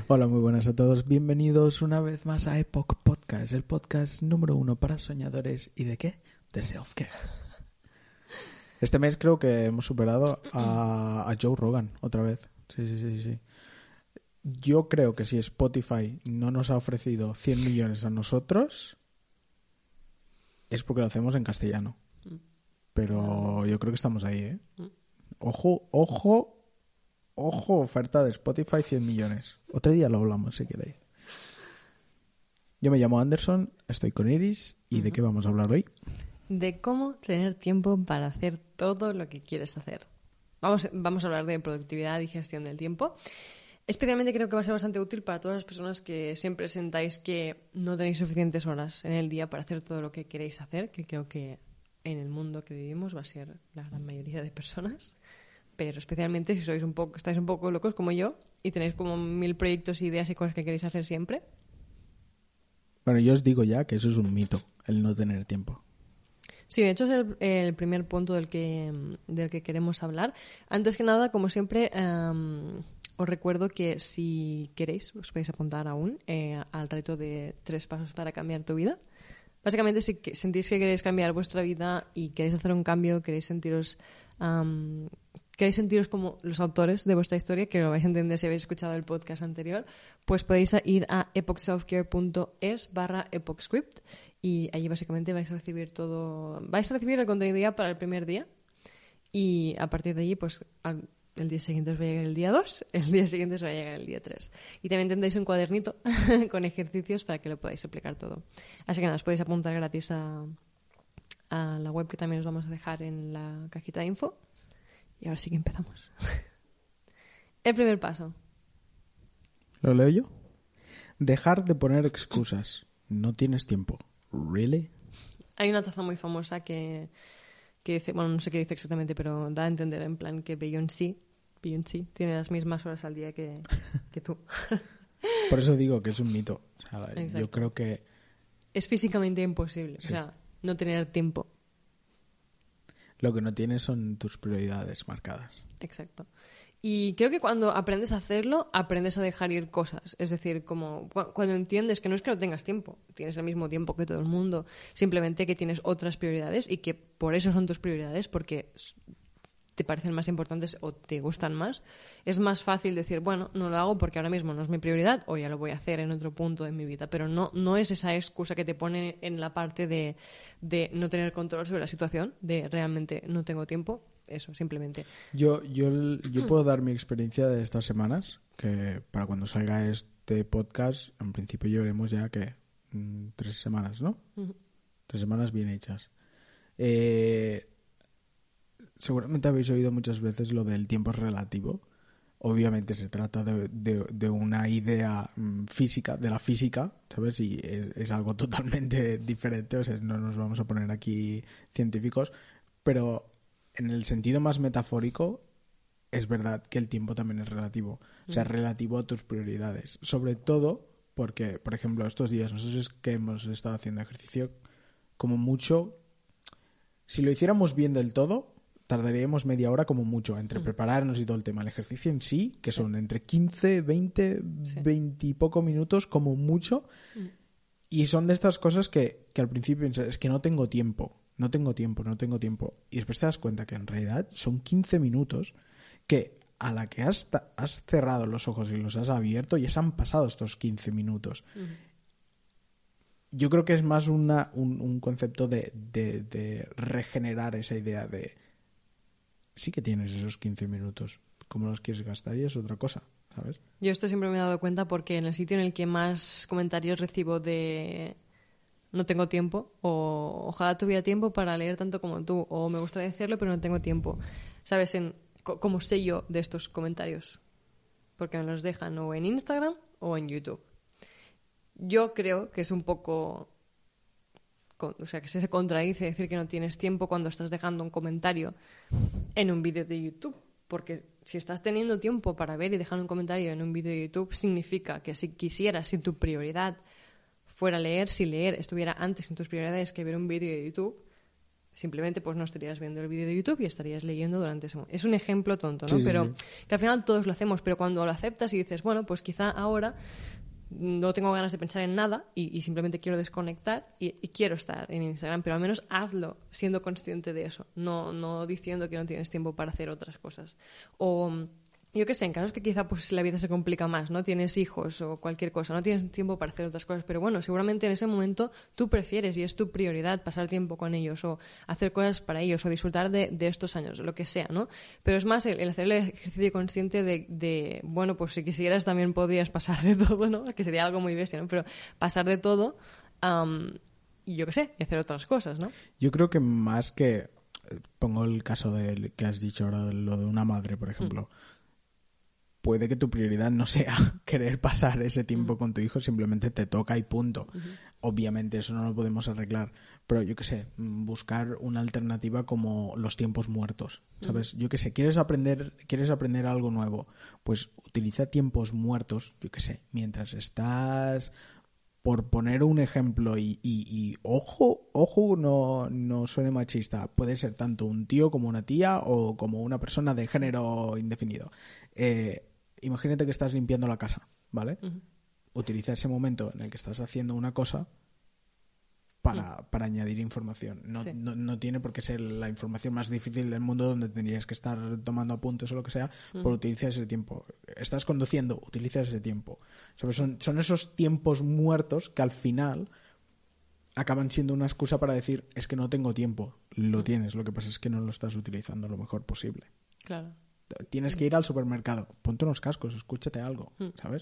Hola, muy buenas a todos. Bienvenidos una vez más a Epoch Podcast, el podcast número 1 para soñadores. ¿Y de qué? De self-care. Este mes creo que hemos superado a Joe Rogan otra vez. Sí. Yo creo que si Spotify no nos ha ofrecido 100 millones a nosotros, es porque lo hacemos en castellano. Pero yo creo que estamos ahí, ¿eh? Ojo, oferta de Spotify 100 millones. Otro día lo hablamos si queréis. Yo me llamo Anderson, estoy con Iris. ¿Y de qué vamos a hablar hoy? De cómo tener tiempo para hacer todo lo que quieres hacer. Vamos a hablar de productividad y gestión del tiempo. Especialmente creo que va a ser bastante útil para todas las personas que siempre sentáis que no tenéis suficientes horas en el día para hacer todo lo que queréis hacer, que creo que en el mundo que vivimos va a ser la gran mayoría de personas. Pero especialmente si estáis un poco locos como yo y tenéis como 1000 proyectos, ideas y cosas que queréis hacer siempre. Bueno, yo os digo ya que eso es un mito, el no tener tiempo. Sí, de hecho es el primer punto del que queremos hablar. Antes que nada, como siempre, os recuerdo que si queréis, os podéis apuntar aún al reto de 3 pasos para cambiar tu vida. Básicamente, si sentís que queréis cambiar vuestra vida y queréis hacer un cambio, queréis sentiros como los autores de vuestra historia, que lo vais a entender si habéis escuchado el podcast anterior, pues podéis ir a epochselfcare.es/epochscript y allí básicamente vais a recibir el contenido ya para el primer día y a partir de allí pues el día siguiente os va a llegar el día 2, el día siguiente os va a llegar el día 3. Y también tendréis un cuadernito con ejercicios para que lo podáis aplicar todo. Así que nada, os podéis apuntar gratis a la web que también os vamos a dejar en la cajita de info. Y ahora sí que empezamos. El primer paso. ¿Lo leo yo? Dejar de poner excusas. No tienes tiempo. ¿Really? Hay una taza muy famosa que dice, bueno, no sé qué dice exactamente, pero da a entender en plan que Beyoncé tiene las mismas horas al día que tú. Por eso digo que es un mito. O sea, yo creo que es físicamente imposible. Sí. O sea, no tener tiempo. Lo que no tienes son tus prioridades marcadas. Exacto. Y creo que cuando aprendes a hacerlo, aprendes a dejar ir cosas. Es decir, como cuando entiendes que no es que no tengas tiempo, tienes el mismo tiempo que todo el mundo, simplemente que tienes otras prioridades y que por eso son tus prioridades, porque te parecen más importantes o te gustan más, es más fácil decir, bueno, no lo hago porque ahora mismo no es mi prioridad o ya lo voy a hacer en otro punto de mi vida, pero no es esa excusa que te pone en la parte de no tener control sobre la situación, de realmente no tengo tiempo, eso, simplemente. Yo puedo dar mi experiencia de estas semanas, que para cuando salga este podcast, en principio llevaremos ya que 3 semanas, ¿no? 3 semanas bien hechas. Seguramente habéis oído muchas veces lo del tiempo relativo. Obviamente se trata de una idea física, de la física, ¿sabes? Y es algo totalmente diferente, o sea, no nos vamos a poner aquí científicos, pero en el sentido más metafórico es verdad que el tiempo también es relativo, o sea, relativo a tus prioridades. Sobre todo porque, por ejemplo, estos días nosotros que hemos estado haciendo ejercicio, como mucho, si lo hiciéramos bien del todo, tardaríamos media hora como mucho entre prepararnos y todo el tema. El ejercicio en sí, que son entre 15, 20, 20 y poco minutos como mucho. Y son de estas cosas que al principio piensas, es que no tengo tiempo. Y después te das cuenta que en realidad son 15 minutos que a la que has cerrado los ojos y los has abierto ya se han pasado estos 15 minutos. Yo creo que es más un concepto de regenerar esa idea de sí que tienes esos 15 minutos. ¿Cómo los quieres gastar? Y es otra cosa, ¿sabes? Yo esto siempre me he dado cuenta porque en el sitio en el que más comentarios recibo de no tengo tiempo o ojalá tuviera tiempo para leer tanto como tú o me gustaría hacerlo pero no tengo tiempo, ¿sabes? ¿Cómo sé yo de estos comentarios? Porque me los dejan o en Instagram o en YouTube. Yo creo que es un poco... O sea, que se contradice decir que no tienes tiempo cuando estás dejando un comentario en un vídeo de YouTube. Porque si estás teniendo tiempo para ver y dejar un comentario en un vídeo de YouTube, significa que si tu prioridad fuera leer, si leer estuviera antes en tus prioridades que ver un vídeo de YouTube, Simplemente pues no estarías viendo el vídeo de YouTube y estarías leyendo durante ese momento. Es un ejemplo tonto, ¿no? Sí, sí, pero sí. que al final todos lo hacemos, pero cuando lo aceptas y dices, bueno, pues quizá ahora no tengo ganas de pensar en nada y simplemente quiero desconectar y quiero estar en Instagram, pero al menos hazlo siendo consciente de eso, no diciendo que no tienes tiempo para hacer otras cosas. O yo qué sé, en casos que quizá pues la vida se complica más, ¿no? Tienes hijos o cualquier cosa, no tienes tiempo para hacer otras cosas, pero bueno, seguramente en ese momento tú prefieres y es tu prioridad pasar tiempo con ellos o hacer cosas para ellos o disfrutar de estos años, lo que sea, ¿no? Pero es más el hacer el ejercicio consciente de, bueno, pues si quisieras también podrías pasar de todo, ¿no? Que sería algo muy bestia, ¿no? Pero pasar de todo y yo qué sé, y hacer otras cosas, ¿no? Yo creo que más que... Pongo el caso de que has dicho ahora, lo de una madre, por ejemplo. Puede que tu prioridad no sea querer pasar ese tiempo con tu hijo, simplemente te toca y punto. Obviamente eso no lo podemos arreglar, pero yo qué sé, buscar una alternativa como los tiempos muertos, ¿sabes? Yo qué sé, ¿quieres aprender algo nuevo? Pues utiliza tiempos muertos, yo qué sé, mientras estás... Por poner un ejemplo, y ojo, no suene machista, puede ser tanto un tío como una tía o como una persona de género indefinido. Imagínate que estás limpiando la casa, ¿vale? Utiliza ese momento en el que estás haciendo una cosa para añadir información. No tiene por qué ser la información más difícil del mundo donde tendrías que estar tomando apuntes o lo que sea, pero utiliza ese tiempo. Estás conduciendo, utiliza ese tiempo. ¿Sabes? Son esos tiempos muertos que al final acaban siendo una excusa para decir, es que no tengo tiempo. Lo tienes, lo que pasa es que no lo estás utilizando lo mejor posible. Claro. Tienes que ir al supermercado, ponte unos cascos, escúchate algo, ¿sabes?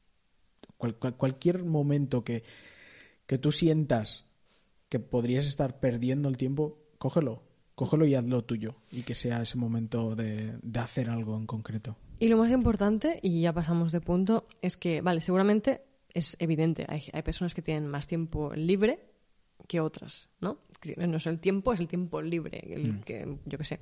Cualquier momento que tú sientas que podrías estar perdiendo el tiempo, cógelo y hazlo tuyo, y que sea ese momento de hacer algo en concreto. Y lo más importante, y ya pasamos de punto, es que, vale, seguramente es evidente, hay personas que tienen más tiempo libre que otras, ¿no? No es el tiempo libre, que yo qué sé.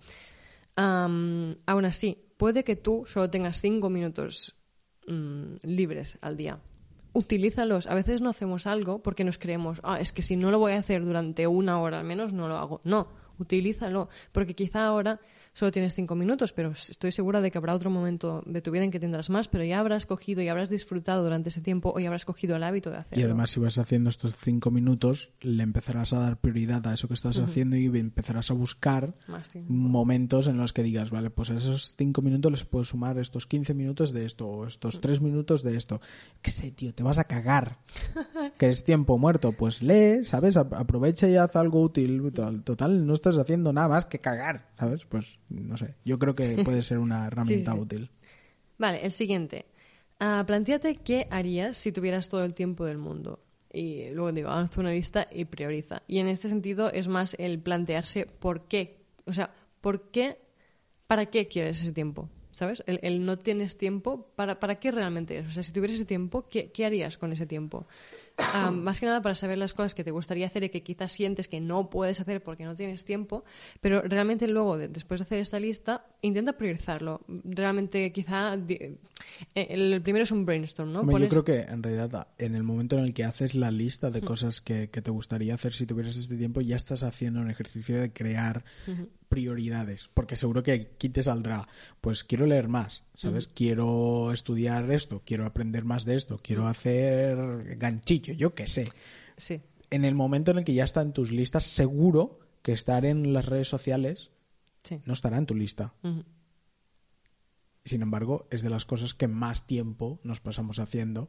Aún así, puede que tú solo tengas 5 minutos libres al día. Utilízalos. A veces no hacemos algo porque nos creemos, es que si no lo voy a hacer durante 1 hora al menos, no lo hago. No, utilízalo, porque quizá ahora solo tienes 5 minutos, pero estoy segura de que habrá otro momento de tu vida en que tendrás más, pero ya habrás cogido y habrás disfrutado durante ese tiempo o ya habrás cogido el hábito de hacerlo. Y además, si vas haciendo estos 5 minutos, le empezarás a dar prioridad a eso que estás haciendo y empezarás a buscar momentos en los que digas, vale, pues a esos 5 minutos les puedo sumar estos 15 minutos de esto o estos 3 minutos de esto. ¿Qué sé, tío? Te vas a cagar. Que es tiempo muerto. Pues lee, ¿sabes? Aprovecha y haz algo útil. Total, no estás haciendo nada más que cagar, ¿sabes? Pues no sé, yo creo que puede ser una herramienta útil. Vale, el siguiente. Plantéate qué harías si tuvieras todo el tiempo del mundo. Y luego digo, haz una lista y prioriza. Y en este sentido es más el plantearse por qué. O sea, ¿para qué quieres ese tiempo? ¿Sabes? El no tienes tiempo, ¿para qué realmente es? O sea, si tuvieras ese tiempo, ¿qué harías con ese tiempo? Más que nada para saber las cosas que te gustaría hacer y que quizás sientes que no puedes hacer porque no tienes tiempo, pero realmente luego, después de hacer esta lista, intenta priorizarlo. Realmente quizá el primero es un brainstorm, ¿no? Yo creo que en realidad en el momento en el que haces la lista de cosas que te gustaría hacer si tuvieras este tiempo, ya estás haciendo un ejercicio de crear prioridades, porque seguro que aquí te saldrá, pues quiero leer más, ¿sabes? Quiero estudiar esto, quiero aprender más de esto, quiero hacer ganchillo, yo qué sé. Sí. En el momento en el que ya está en tus listas, seguro que estar en las redes sociales no estará en tu lista. Sin embargo, es de las cosas que más tiempo nos pasamos haciendo.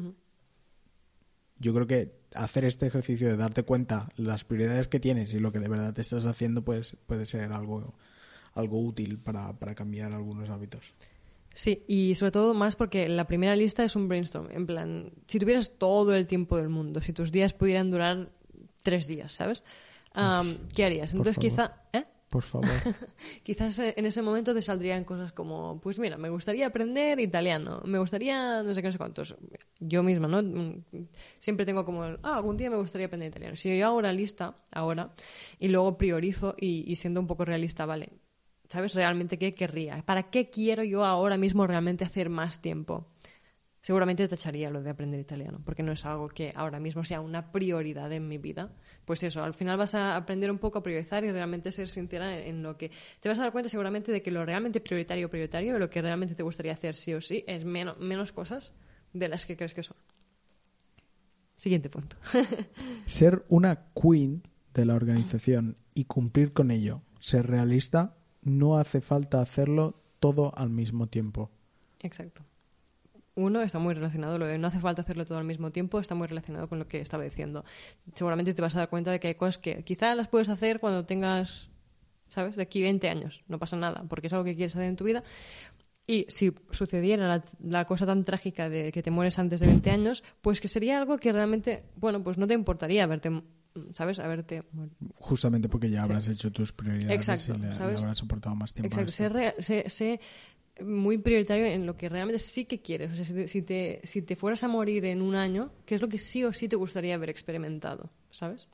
Yo creo que hacer este ejercicio de darte cuenta las prioridades que tienes y lo que de verdad te estás haciendo, pues puede ser algo útil para cambiar algunos hábitos. Sí, y sobre todo más porque la primera lista es un brainstorm. En plan, si tuvieras todo el tiempo del mundo, si tus días pudieran durar 3 días, ¿sabes? ¿Qué harías? Entonces quizá... Por favor. Quizás en ese momento te saldrían cosas como, pues mira, me gustaría aprender italiano, me gustaría no sé qué, no sé cuántos. Yo misma, ¿no? Siempre tengo como, algún día me gustaría aprender italiano. Si yo hago una lista ahora y luego priorizo y siendo un poco realista, vale, ¿sabes realmente qué querría? ¿Para qué quiero yo ahora mismo realmente hacer más tiempo? seguramente tacharía lo de aprender italiano, porque no es algo que ahora mismo sea una prioridad en mi vida. Pues eso, al final vas a aprender un poco a priorizar y realmente ser sincera en lo que... Te vas a dar cuenta seguramente de que lo realmente prioritario, lo que realmente te gustaría hacer sí o sí, es menos cosas de las que crees que son. Siguiente punto. Ser una queen de la organización y cumplir con ello. Ser realista, no hace falta hacerlo todo al mismo tiempo. Exacto. Uno está muy relacionado, lo de no hace falta hacerlo todo al mismo tiempo, está muy relacionado con lo que estaba diciendo. Seguramente te vas a dar cuenta de que hay cosas que quizá las puedes hacer cuando tengas, ¿sabes?, de aquí 20 años. No pasa nada, porque es algo que quieres hacer en tu vida. Y si sucediera la cosa tan trágica de que te mueres antes de 20 años, pues que sería algo que realmente, bueno, pues no te importaría verte, ¿sabes?, haberte muerto. Justamente porque ya habrás hecho tus prioridades. Exacto, y le habrás soportado más tiempo. Exacto, sé muy prioritario en lo que realmente sí que quieres. O sea, si te fueras a morir en un año, ¿qué es lo que sí o sí te gustaría haber experimentado? ¿Sabes?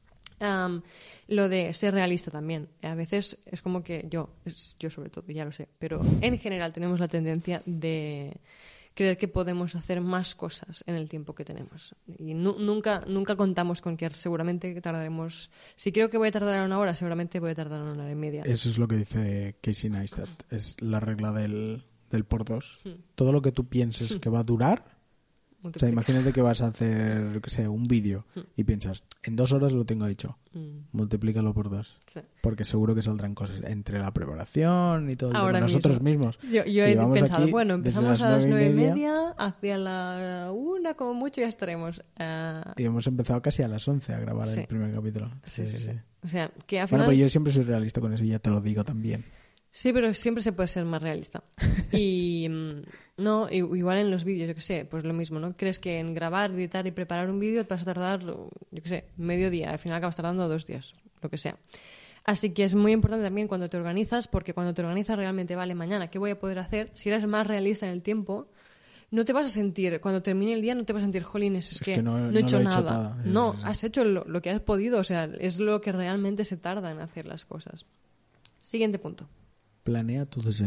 Lo de ser realista también. A veces es como que yo sobre todo, ya lo sé, pero en general tenemos la tendencia de creer que podemos hacer más cosas en el tiempo que tenemos. Y nunca contamos con que seguramente tardaremos... Si creo que voy a tardar 1 hora, seguramente voy a tardar 1 hora y media. Eso es lo que dice Casey Neistat. Es la regla del por 2. Todo lo que tú pienses que va a durar... O sea, imagínate que vas a hacer, yo qué sé, un vídeo y piensas, en 2 horas lo tengo hecho. Multiplícalo por 2. Sí. Porque seguro que saldrán cosas entre la preparación y todo. Ahora nosotros mismos. Yo he pensado, bueno, empezamos a las 9:30, hacia la 1 como mucho ya estaremos. Y hemos empezado casi a las 11 a grabar el primer capítulo. Sí. O sea, que al final... Bueno, pues yo siempre soy realista con eso y ya te lo digo también. Sí, pero siempre se puede ser más realista. Y no, igual en los vídeos, yo qué sé, pues lo mismo, ¿no? Crees que en grabar, editar y preparar un vídeo te vas a tardar, yo qué sé, medio día. Al final acabas tardando 2 días, lo que sea. Así que es muy importante también cuando te organizas, porque cuando te organizas realmente, vale, mañana, ¿qué voy a poder hacer? Si eres más realista en el tiempo, no te vas a sentir, cuando termine el día, no te vas a sentir, jolines, es que no he hecho nada. No, has hecho lo que has podido, o sea, es lo que realmente se tarda en hacer las cosas. Siguiente punto. Planea tus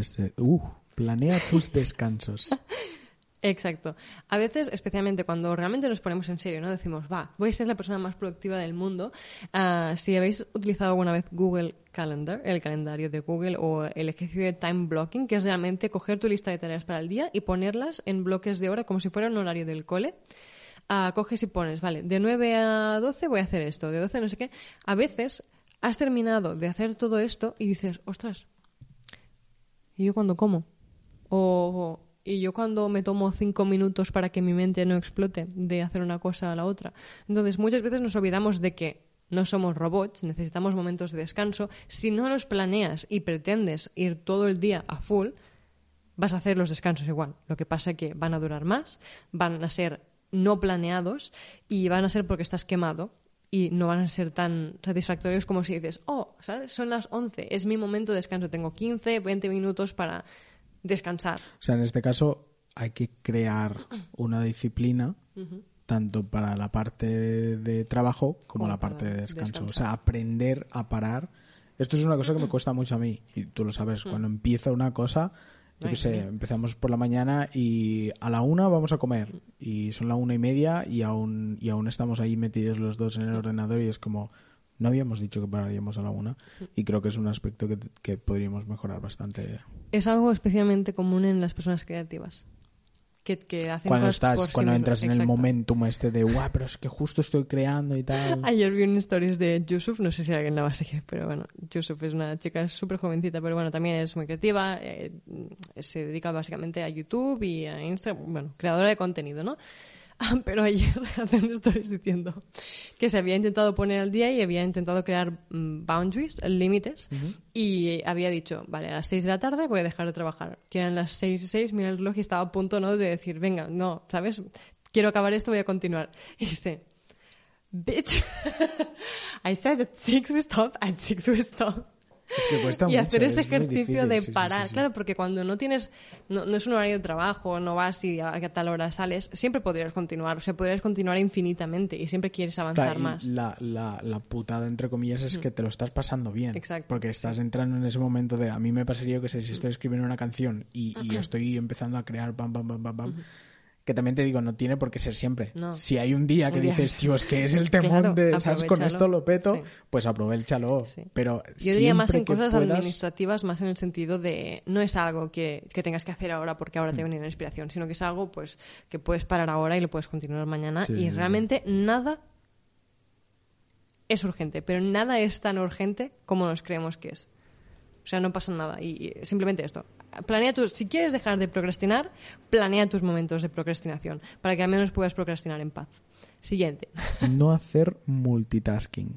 descansos. Exacto. A veces, especialmente cuando realmente nos ponemos en serio, ¿no? Decimos, voy a ser la persona más productiva del mundo. Si habéis utilizado alguna vez Google Calendar, el calendario de Google, o el ejercicio de time blocking, que es realmente coger tu lista de tareas para el día y ponerlas en bloques de hora como si fuera un horario del cole. Coges y pones, vale, de 9 a 12 voy a hacer esto, de 12 no sé qué. A veces has terminado de hacer todo esto y dices, ostras, ¿y yo cuando como? ¿Y yo cuando me tomo 5 minutos para que mi mente no explote de hacer una cosa a la otra? Entonces, muchas veces nos olvidamos de que no somos robots, necesitamos momentos de descanso. Si no los planeas y pretendes ir todo el día a full, vas a hacer los descansos igual. Lo que pasa es que van a durar más, van a ser no planeados y van a ser porque estás quemado. Y no van a ser tan satisfactorios como si dices, ¿sabes? Son las 11, es mi momento de descanso, tengo 15, 20 minutos para descansar. O sea, en este caso hay que crear una disciplina tanto para la parte de trabajo como la parte de descanso. O sea, aprender a parar. Esto es una cosa que me cuesta mucho a mí y tú lo sabes, cuando empiezo una cosa... Yo qué sé, empezamos por la mañana y a la 1 vamos a comer y son la 1:30 y aún estamos ahí metidos los dos en el ordenador y es como, no habíamos dicho que pararíamos a la 1 y creo que es un aspecto que podríamos mejorar bastante. Es algo especialmente común en las personas creativas. Que hacen cuando entras en el momentum de pero es que justo estoy creando y tal. Ayer vi un stories de Yusuf, no sé si alguien la va a seguir, pero bueno, Yusuf es una chica súper jovencita, pero bueno, también es muy creativa, se dedica básicamente a YouTube y a Instagram, bueno, creadora de contenido, ¿no? Pero ayer hacen stories diciendo que se había intentado poner al día y había intentado crear boundaries, límites, y había dicho, vale, a las 6 de la tarde voy a dejar de trabajar. Que eran las 6:06, mira el reloj y estaba a punto, ¿no?, de decir, venga, no, ¿sabes? Quiero acabar esto, voy a continuar. Y dice, bitch, I said at 6 we stop, at 6 we stop. Es que cuesta y mucho, hacer ese ejercicio de sí, parar, sí. Claro, porque cuando no tienes, no es un horario de trabajo, no vas y a tal hora sales, siempre podrías continuar, o sea, podrías continuar infinitamente y siempre quieres avanzar más. La putada, entre comillas, es que te lo estás pasando bien. Exacto. Porque estás entrando en ese momento de, a mí me pasaría que si estoy escribiendo una canción y estoy empezando a crear pam, Que también te digo, no tiene por qué ser siempre. No. Si hay un día que dices, tío, es que es el temón Claro, de, ¿sabes? Con esto lo peto, sí. pues aprovéchalo. Sí. Pero Yo diría más en siempre que cosas puedas... administrativas, más en el sentido de no es algo que tengas que hacer ahora porque ahora te ha venido la inspiración, sino que es algo pues que puedes parar ahora y lo puedes continuar mañana. Sí, y sí, realmente nada es urgente, pero nada es tan urgente como nos creemos que es. O sea, no pasa nada. Y simplemente esto. Si quieres dejar de procrastinar, planea tus momentos de procrastinación para que al menos puedas procrastinar en paz. Siguiente. No hacer multitasking.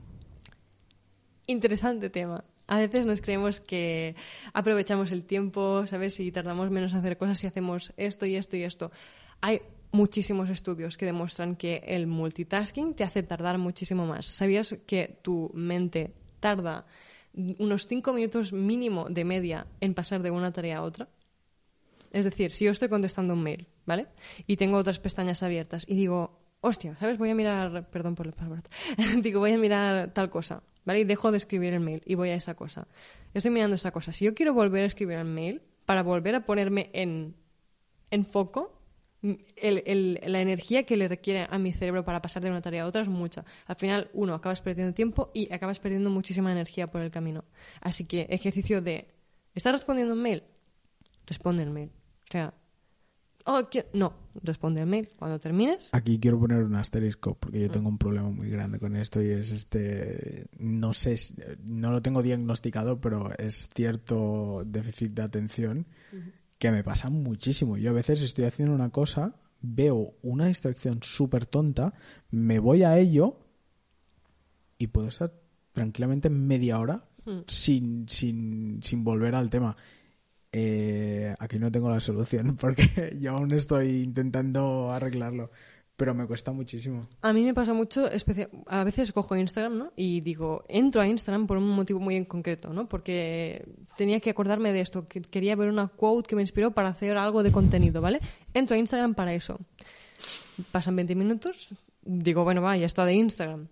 Interesante tema. A veces nos creemos que aprovechamos el tiempo, ¿sabes? Y tardamos menos en hacer cosas si hacemos esto y esto y esto. Hay muchísimos estudios que demuestran que el multitasking te hace tardar muchísimo más. ¿Sabías que tu mente tarda unos 5 minutos mínimo de media en pasar de una tarea a otra? Es decir, si yo estoy contestando un mail, ¿vale? Y tengo otras pestañas abiertas y digo, hostia, ¿sabes? Voy a mirar, perdón por la palabra, digo, voy a mirar tal cosa, ¿vale? Y dejo de escribir el mail y voy a esa cosa. Estoy mirando esa cosa. Si yo quiero volver a escribir el mail, para volver a ponerme en foco, la energía que le requiere a mi cerebro para pasar de una tarea a otra es mucha. Al final, acabas perdiendo tiempo y acabas perdiendo muchísima energía por el camino. Así que ejercicio de ¿estás respondiendo un mail? Responde el mail. O sea, no, responde el mail cuando termines. Aquí quiero poner un asterisco porque yo tengo un problema muy grande con esto y es no sé, no lo tengo diagnosticado, pero es cierto déficit de atención que me pasa muchísimo. Yo a veces estoy haciendo una cosa, veo una distracción súper tonta, me voy a ello y puedo estar tranquilamente media hora sin volver al tema. Aquí no tengo la solución porque yo aún estoy intentando arreglarlo, pero me cuesta muchísimo. A mí me pasa mucho, a veces cojo Instagram, ¿no? Y digo, entro a Instagram por un motivo muy en concreto, ¿no? Porque tenía que acordarme de esto, que quería ver una quote que me inspiró para hacer algo de contenido, ¿vale? Entro a Instagram para eso. Pasan 20 minutos, digo, bueno, va, ya está de Instagram.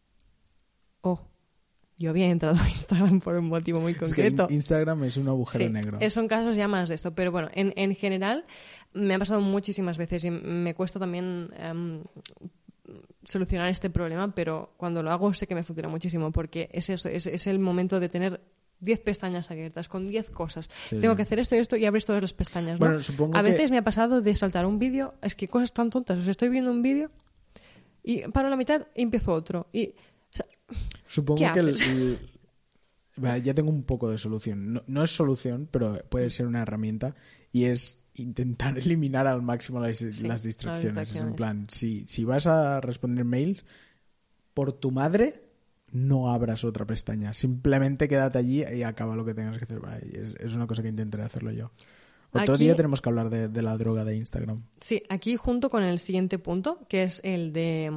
Yo había entrado a Instagram por un motivo muy concreto. Es que Instagram es un agujero negro. Son casos ya más de esto. Pero bueno, en general me ha pasado muchísimas veces y me cuesta también solucionar este problema, pero cuando lo hago sé que me funciona muchísimo porque es eso, es el momento de tener 10 pestañas abiertas con 10 cosas. Sí. Tengo que hacer esto y esto y abres todas las pestañas, ¿no? Bueno, supongo a veces me ha pasado de saltar un vídeo, es que cosas tan tontas. O sea, estoy viendo un vídeo y paro la mitad y empiezo otro. Y supongo que ya tengo un poco de solución. No es solución, pero puede ser una herramienta y es intentar eliminar al máximo las distracciones. Es en plan, si vas a responder mails, por tu madre, no abras otra pestaña. Simplemente quédate allí y acaba lo que tengas que hacer. Es una cosa que intentaré hacerlo yo. Otro día tenemos que hablar de la droga de Instagram. Sí, aquí junto con el siguiente punto, que es el de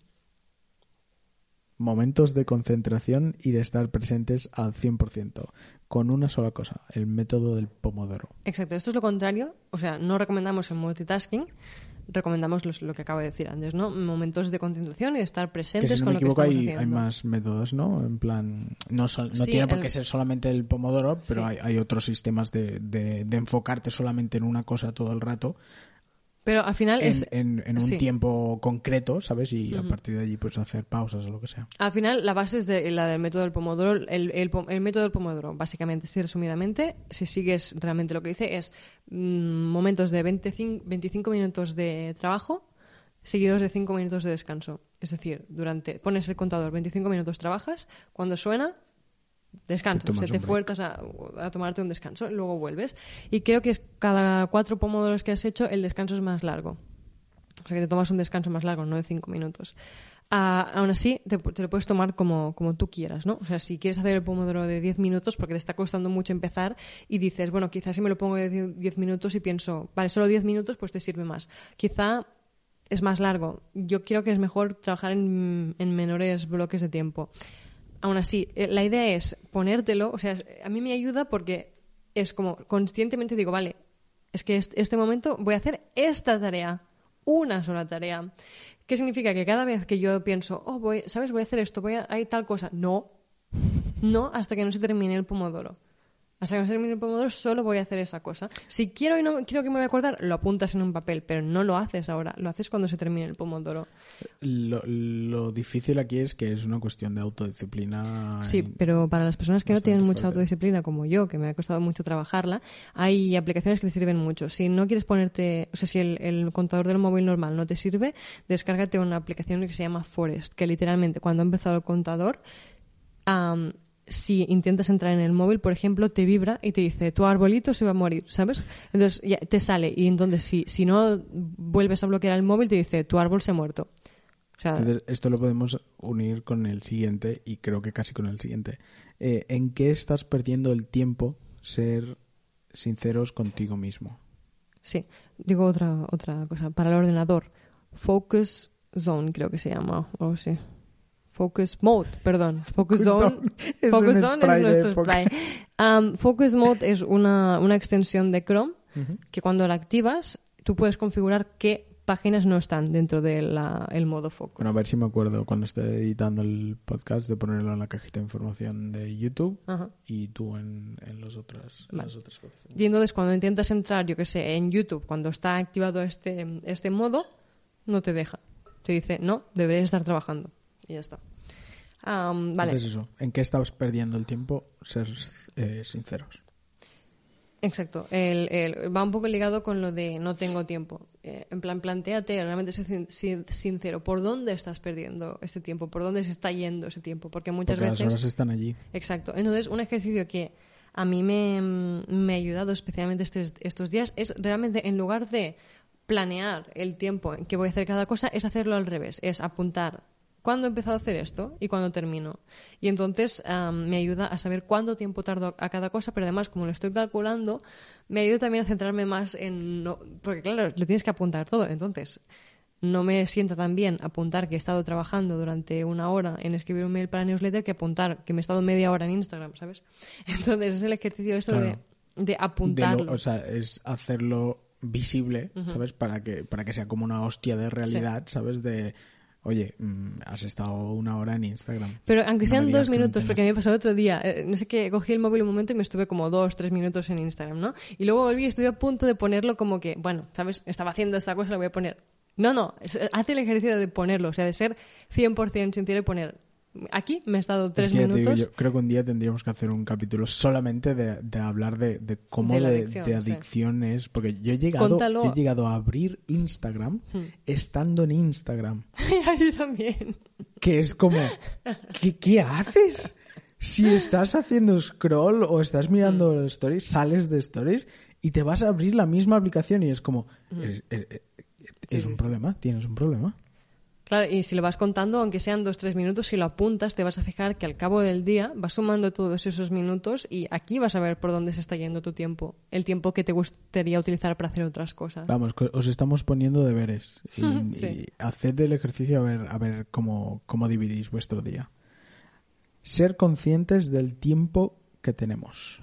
momentos de concentración y de estar presentes al 100%, con una sola cosa, el método del Pomodoro. Exacto, esto es lo contrario, o sea, no recomendamos el multitasking, recomendamos lo que acabo de decir antes, ¿no? Momentos de concentración y de estar presentes que si no con me lo que estamos hay más métodos, ¿no? En plan, no tiene por qué ser solamente el Pomodoro, pero hay otros sistemas de enfocarte solamente en una cosa todo el rato. Pero al final en un tiempo concreto, ¿sabes? Y a partir de allí pues hacer pausas o lo que sea. Al final la base es la del método del Pomodoro. El método del Pomodoro, básicamente, sí, resumidamente, si sigues realmente lo que dice, es momentos de 25 minutos de trabajo seguidos de 5 minutos de descanso. Es decir, pones el contador, 25 minutos trabajas, cuando suena, descanso, te fuerzas a tomarte un descanso, luego vuelves. Y creo que es cada 4 pomodoros que has hecho, el descanso es más largo. O sea, que te tomas un descanso más largo, no de 5 minutos. Aún así, te lo puedes tomar como tú quieras, ¿no? O sea, si quieres hacer el pomodoro de 10 minutos, porque te está costando mucho empezar, y dices, bueno, quizás si me lo pongo de 10 minutos y pienso, vale, solo 10 minutos, pues te sirve más. Quizá es más largo. Yo creo que es mejor trabajar en menores bloques de tiempo. Aún así, la idea es ponértelo, o sea, a mí me ayuda porque es como conscientemente digo, vale, es que este momento voy a hacer esta tarea, una sola tarea. ¿Qué significa? Que cada vez que yo pienso, voy a hacer esto, hay tal cosa, no, hasta que no se termine el pomodoro. Hasta que no se termine el pomodoro solo voy a hacer esa cosa. Si quiero y no quiero que me voy a acordar, lo apuntas en un papel, pero no lo haces ahora, lo haces cuando se termine el pomodoro. Lo difícil aquí es que es una cuestión de autodisciplina. Sí, pero para las personas que no tienen mucha fuerte. autodisciplina, como yo, que me ha costado mucho trabajarla, hay aplicaciones que te sirven mucho. Si no quieres ponerte, o sea, si el contador del móvil normal no te sirve, descárgate una aplicación que se llama Forest, que literalmente cuando ha empezado el contador, si intentas entrar en el móvil, por ejemplo, te vibra y te dice, tu arbolito se va a morir, ¿sabes? Entonces ya te sale y entonces si no vuelves a bloquear el móvil, te dice, tu árbol se ha muerto. O sea, Entonces, esto lo podemos unir con el siguiente, y creo que casi con el siguiente. ¿En qué estás perdiendo el tiempo ser sinceros contigo mismo? sí, digo otra cosa. Para el ordenador, Focus Zone creo que se llama, o sí. Focus Mode, perdón. Focus Zone. Es Focus un Zone spray es de nuestro spray. Focus Mode es una extensión de Chrome que cuando la activas tú puedes configurar qué páginas no están dentro del modo foco. Bueno, a ver si me acuerdo cuando esté editando el podcast de ponerlo en la cajita de información de YouTube. Ajá. Y tú en las otras cosas. Y entonces cuando intentas entrar, yo que sé, en YouTube, cuando está activado este modo, no te deja. Te dice, no, deberías estar trabajando. Y ya está. Vale. Entonces eso, ¿en qué estás perdiendo el tiempo? Ser sinceros. Exacto. Va un poco ligado con lo de no tengo tiempo. En plan, plantéate, realmente ser sincero. ¿Por dónde estás perdiendo este tiempo? ¿Por dónde se está yendo ese tiempo? Porque muchas Porque veces... las horas están allí. Exacto. Entonces, un ejercicio que a mí me ha ayudado especialmente estos días es realmente, en lugar de planear el tiempo en que voy a hacer cada cosa, es hacerlo al revés. Es apuntar cuándo he empezado a hacer esto y cuándo termino. Y entonces me ayuda a saber cuánto tiempo tardo a cada cosa, pero además, como lo estoy calculando, me ayuda también a centrarme más en... porque claro, le tienes que apuntar todo. Entonces, no me sienta tan bien apuntar que he estado trabajando durante una hora en escribir un mail para newsletter que apuntar que me he estado media hora en Instagram, ¿sabes? Entonces, es el ejercicio eso Claro. de apuntarlo. O sea, es hacerlo visible, ¿sabes? Para que sea como una hostia de realidad, ¿sabes? De... Oye, has estado una hora en Instagram. Pero aunque No sean me digas 2 que no minutos, porque tienes. me pasó el otro día, no sé qué, cogí el móvil un momento y me estuve como 2-3 minutos en Instagram, ¿no? Y luego volví y estuve a punto de ponerlo como que, bueno, ¿sabes? Estaba haciendo esta cosa, la voy a poner. No, haz el ejercicio de ponerlo, o sea, de ser 100% sincero y poner... Aquí me he estado 3 Es que ya te digo, minutos. yo creo que un día tendríamos que hacer un capítulo solamente de hablar de cómo De la de adicción, adicción es. Porque yo he Cóntalo. llegado a abrir Instagram estando en Instagram. Yo también. Que es como, ¿qué haces? Si estás haciendo scroll o estás mirando stories, sales de stories y te vas a abrir la misma aplicación y es como, es un problema, tienes un problema. Claro, y si lo vas contando, aunque sean 2-3 minutos, si lo apuntas, te vas a fijar que al cabo del día vas sumando todos esos minutos y aquí vas a ver por dónde se está yendo tu tiempo. El tiempo que te gustaría utilizar para hacer otras cosas. Vamos, os estamos poniendo deberes y, Sí. y haced el ejercicio a ver cómo dividís vuestro día. Ser conscientes del tiempo que tenemos.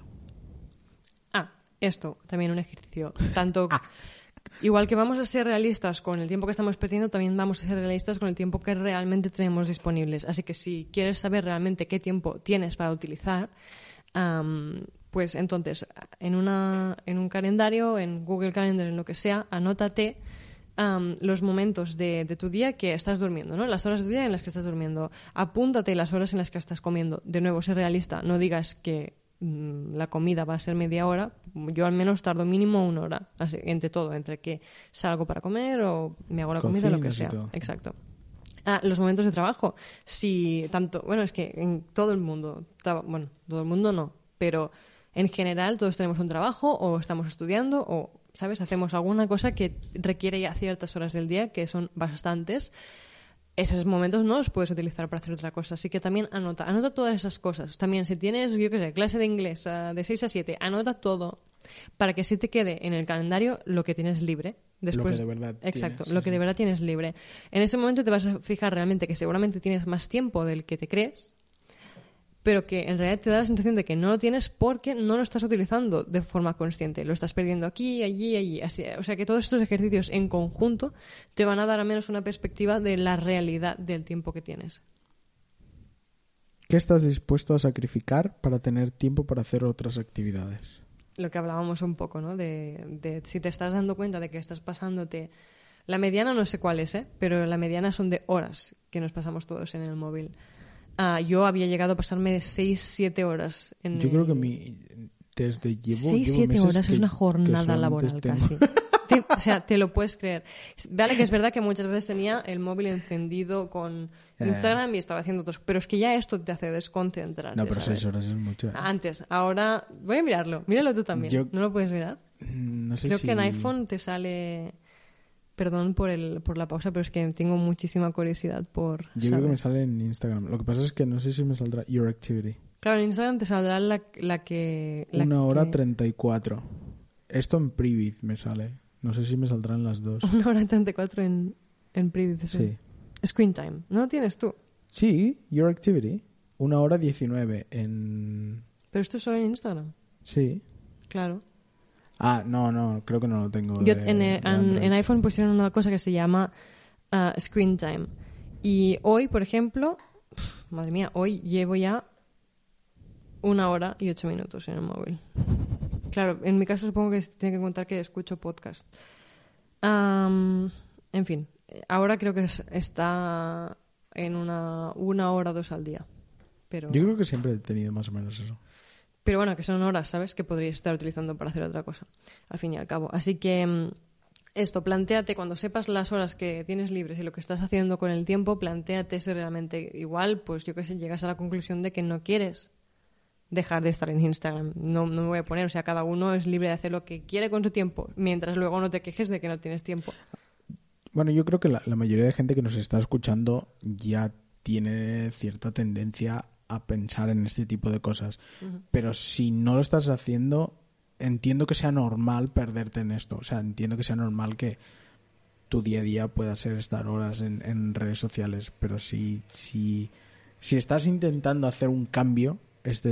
Esto, también un ejercicio. Tanto... Igual que vamos a ser realistas con el tiempo que estamos perdiendo, también vamos a ser realistas con el tiempo que realmente tenemos disponibles. Así que si quieres saber realmente qué tiempo tienes para utilizar, pues entonces en un calendario, en Google Calendar, en lo que sea, anótate los momentos de tu día que estás durmiendo, ¿no? Las horas de tu día en las que estás durmiendo. Apúntate las horas en las que estás comiendo. De nuevo, sé realista. No digas que la comida va a ser media hora. Yo al menos tardo mínimo 1 hora, así, entre todo, entre que salgo para comer o me hago la comida, lo que sea. Exacto. Los momentos de trabajo. Si tanto, bueno, es que en todo el mundo, bueno, todo el mundo no, pero en general todos tenemos un trabajo o estamos estudiando o, ¿sabes? Hacemos alguna cosa que requiere ya ciertas horas del día, que son bastantes. Esos momentos no los puedes utilizar para hacer otra cosa. Así que también anota todas esas cosas. También si tienes, yo qué sé, clase de inglés de 6 a 7, anota todo para que así te quede en el calendario lo que tienes libre. Después, lo que de verdad exacto, tienes, lo que de verdad tienes libre. En ese momento te vas a fijar realmente que seguramente tienes más tiempo del que te crees, pero que en realidad te da la sensación de que no lo tienes porque no lo estás utilizando de forma consciente. Lo estás perdiendo aquí, allí. Así, o sea que todos estos ejercicios en conjunto te van a dar al menos una perspectiva de la realidad del tiempo que tienes. ¿Qué estás dispuesto a sacrificar para tener tiempo para hacer otras actividades? Lo que hablábamos un poco, ¿no? De si te estás dando cuenta de que estás pasándote... La mediana no sé cuál es, pero la mediana son de horas que nos pasamos todos en el móvil. Yo había llegado a pasarme 6-7 horas en Yo creo que desde llevo 6-7 horas es una jornada laboral casi. O sea, te lo puedes creer. Vale que es verdad que muchas veces tenía el móvil encendido con Instagram y estaba haciendo otros... Pero es que ya esto te hace desconcentrarte. No, pero ¿sabes? 6 horas es mucho. Antes, ahora... Voy a mirarlo. Míralo tú también. ¿No lo puedes mirar? No sé Creo si... que en iPhone te sale... Perdón por la pausa, pero es que tengo muchísima curiosidad por Yo creo que me sale en Instagram. Lo que pasa es que no sé si me saldrá Your Activity. Claro, en Instagram te saldrá la que... 1 hora 34. Esto en Private me sale. No sé si me saldrán las dos. 1 hora 34 en Private. Sí. Screen Time. ¿No lo tienes tú? Sí, Your Activity. 1 hora 19 en... Pero esto es solo en Instagram. Sí. Claro. No, creo que no lo tengo. Yo en iPhone pusieron una cosa que se llama Screen Time. Y hoy, por ejemplo, madre mía, hoy llevo ya 1 hora y 8 minutos en el móvil. Claro, en mi caso supongo que tiene que contar que escucho podcast. En fin, ahora creo que está en una hora o 2 al día. Pero... Yo creo que siempre he tenido más o menos eso. Pero bueno, que son horas, ¿sabes? Que podrías estar utilizando para hacer otra cosa, al fin y al cabo. Así que esto, plantéate, cuando sepas las horas que tienes libres y lo que estás haciendo con el tiempo, plantéate si realmente igual, pues yo qué sé, llegas a la conclusión de que no quieres dejar de estar en Instagram. No me voy a poner, o sea, cada uno es libre de hacer lo que quiere con su tiempo, mientras luego no te quejes de que no tienes tiempo. Bueno, yo creo que la mayoría de gente que nos está escuchando ya tiene cierta tendencia a pensar en este tipo de cosas. Uh-huh. Pero si no lo estás haciendo, entiendo que sea normal perderte en esto. O sea, entiendo que sea normal que tu día a día pueda ser estar horas en redes sociales. Pero si estás intentando hacer un cambio, esta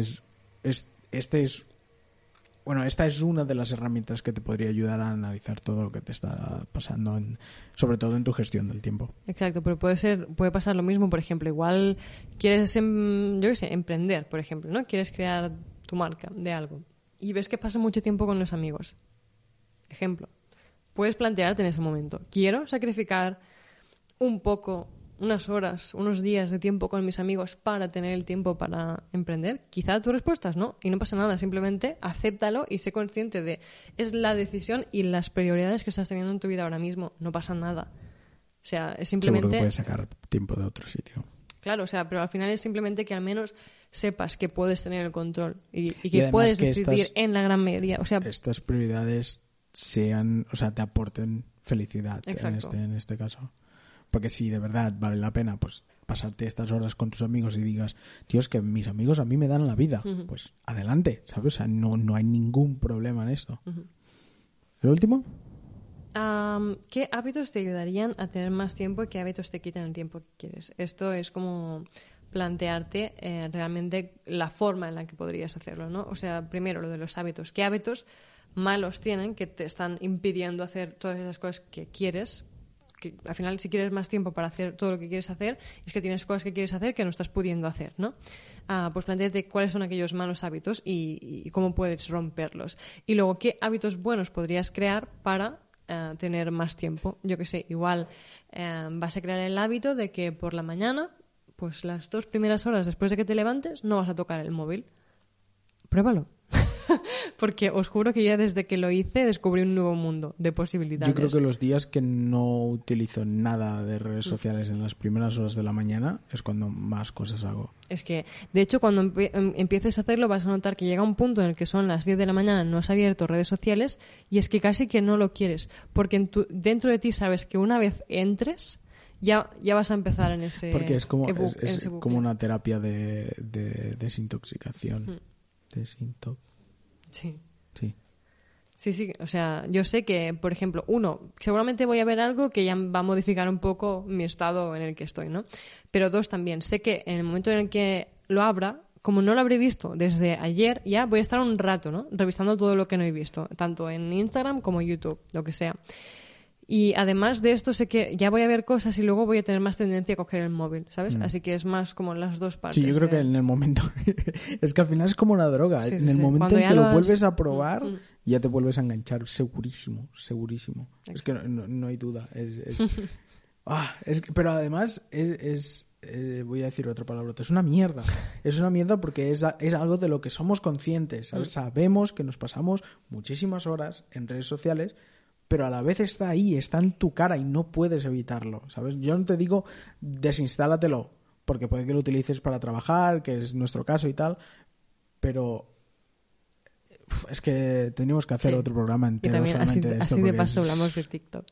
es una de las herramientas que te podría ayudar a analizar todo lo que te está pasando, sobre todo en tu gestión del tiempo. Exacto, pero puede pasar lo mismo, por ejemplo, igual quieres, emprender, por ejemplo, ¿no? Quieres crear tu marca de algo y ves que pasas mucho tiempo con los amigos. Ejemplo, puedes plantearte en ese momento, ¿quiero sacrificar un poco, unas horas, unos días de tiempo con mis amigos para tener el tiempo para emprender? Quizá tu respuesta es no, y no pasa nada, simplemente acéptalo y sé consciente de es la decisión y las prioridades que estás teniendo en tu vida ahora mismo, no pasa nada. O sea, es simplemente... Seguro que puedes sacar tiempo de otro sitio. Claro, o sea, pero al final es simplemente que al menos sepas que puedes tener el control y que puedes decidir en la gran mayoría. O sea, estas prioridades te aporten felicidad en este caso. Porque si de verdad vale la pena pues pasarte estas horas con tus amigos y digas, tío, es que mis amigos a mí me dan la vida, uh-huh, pues adelante, ¿sabes? O sea, no hay ningún problema en esto. Uh-huh. ¿El último? ¿Qué hábitos te ayudarían a tener más tiempo y qué hábitos te quitan el tiempo que quieres? Esto es como plantearte realmente la forma en la que podrías hacerlo, ¿no? O sea, primero lo de los hábitos. ¿Qué hábitos malos tienen que te están impidiendo hacer todas esas cosas que quieres? Que al final, si quieres más tiempo para hacer todo lo que quieres hacer, es que tienes cosas que quieres hacer que no estás pudiendo hacer, ¿no? Pues plantéate cuáles son aquellos malos hábitos y cómo puedes romperlos. Y luego, ¿qué hábitos buenos podrías crear para tener más tiempo? Yo qué sé, igual vas a crear el hábito de que por la mañana, pues las 2 primeras horas después de que te levantes, no vas a tocar el móvil. Pruébalo. Porque os juro que ya desde que lo hice descubrí un nuevo mundo de posibilidades. Yo creo que los días que no utilizo nada de redes sociales en las primeras horas de la mañana es cuando más cosas hago. Es que, de hecho, cuando empieces a hacerlo vas a notar que llega un punto en el que son las 10 de la mañana, no has abierto redes sociales y es que casi que no lo quieres. Porque dentro de ti sabes que una vez entres ya vas a empezar en ese bucle. Porque es como una terapia de desintoxicación. Sí, o sea, yo sé que, por ejemplo, seguramente voy a ver algo que ya va a modificar un poco mi estado en el que estoy, ¿no? Pero 2, también sé que en el momento en el que lo abra, como no lo habré visto desde ayer, ya voy a estar un rato, ¿no? Revisando todo lo que no he visto, tanto en Instagram como YouTube, lo que sea. Y además de esto sé que ya voy a ver cosas y luego voy a tener más tendencia a coger el móvil, ¿sabes? Así que es más como las dos partes. Sí, yo creo que en el momento... es que al final es como una droga. Sí, en el momento cuando en ya que lo has... vuelves a probar, ya te vuelves a enganchar. Segurísimo, segurísimo. Es que no hay duda. Pero además voy a decir otra palabra. Es una mierda. Es una mierda porque es algo de lo que somos conscientes, ¿sabes? Sabemos que nos pasamos muchísimas horas en redes sociales, pero a la vez está ahí, está en tu cara y no puedes evitarlo, ¿sabes? Yo no te digo desinstálatelo, porque puede que lo utilices para trabajar, que es nuestro caso y tal, pero es que tenemos que hacer otro programa entero también solamente de esto. Así de paso hablamos de TikTok.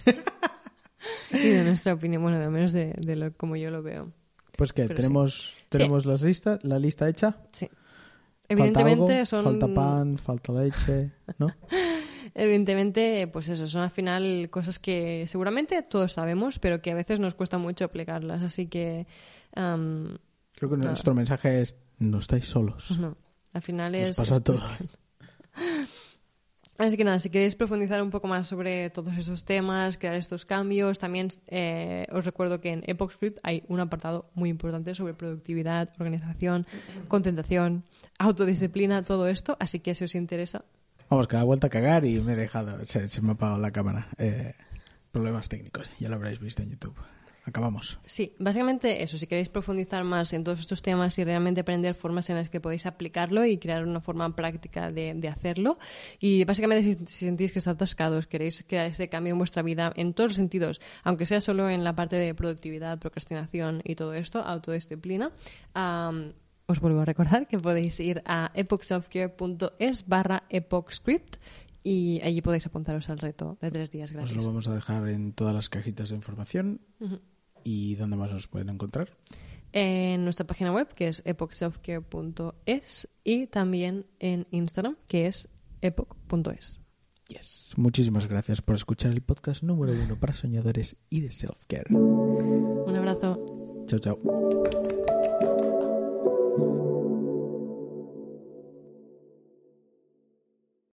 Y de nuestra opinión, bueno, de menos de como yo lo veo. Pues que tenemos la lista hecha. Sí. Evidentemente falta pan, falta leche, ¿no? Evidentemente, pues eso, son al final cosas que seguramente todos sabemos, pero que a veces nos cuesta mucho aplicarlas, así que... creo que nuestro mensaje es, no estáis solos. No, al final nos pasa a todos. Así que nada, si queréis profundizar un poco más sobre todos esos temas, crear estos cambios, también os recuerdo que en Epoch Script hay un apartado muy importante sobre productividad, organización, concentración, autodisciplina, todo esto, así que si os interesa... Vamos, que la he vuelto a cagar y me he dejado, se me ha apagado la cámara. Problemas técnicos, ya lo habréis visto en YouTube. Acabamos. Sí, básicamente eso, si queréis profundizar más en todos estos temas y realmente aprender formas en las que podéis aplicarlo y crear una forma práctica de hacerlo, y básicamente si sentís que está atascados, queréis crear este cambio en vuestra vida en todos los sentidos, aunque sea solo en la parte de productividad, procrastinación y todo esto, autodisciplina, os vuelvo a recordar que podéis ir a epochselfcare.es/epochscript y allí podéis apuntaros al reto de 3 días gratis. Os lo vamos a dejar en todas las cajitas de información. Uh-huh. ¿Y dónde más os pueden encontrar? En nuestra página web, que es epochselfcare.es, y también en Instagram, que es epoch.es. Yes. Muchísimas gracias por escuchar el podcast número 1 para soñadores y de self-care. Un abrazo. Chao, chao.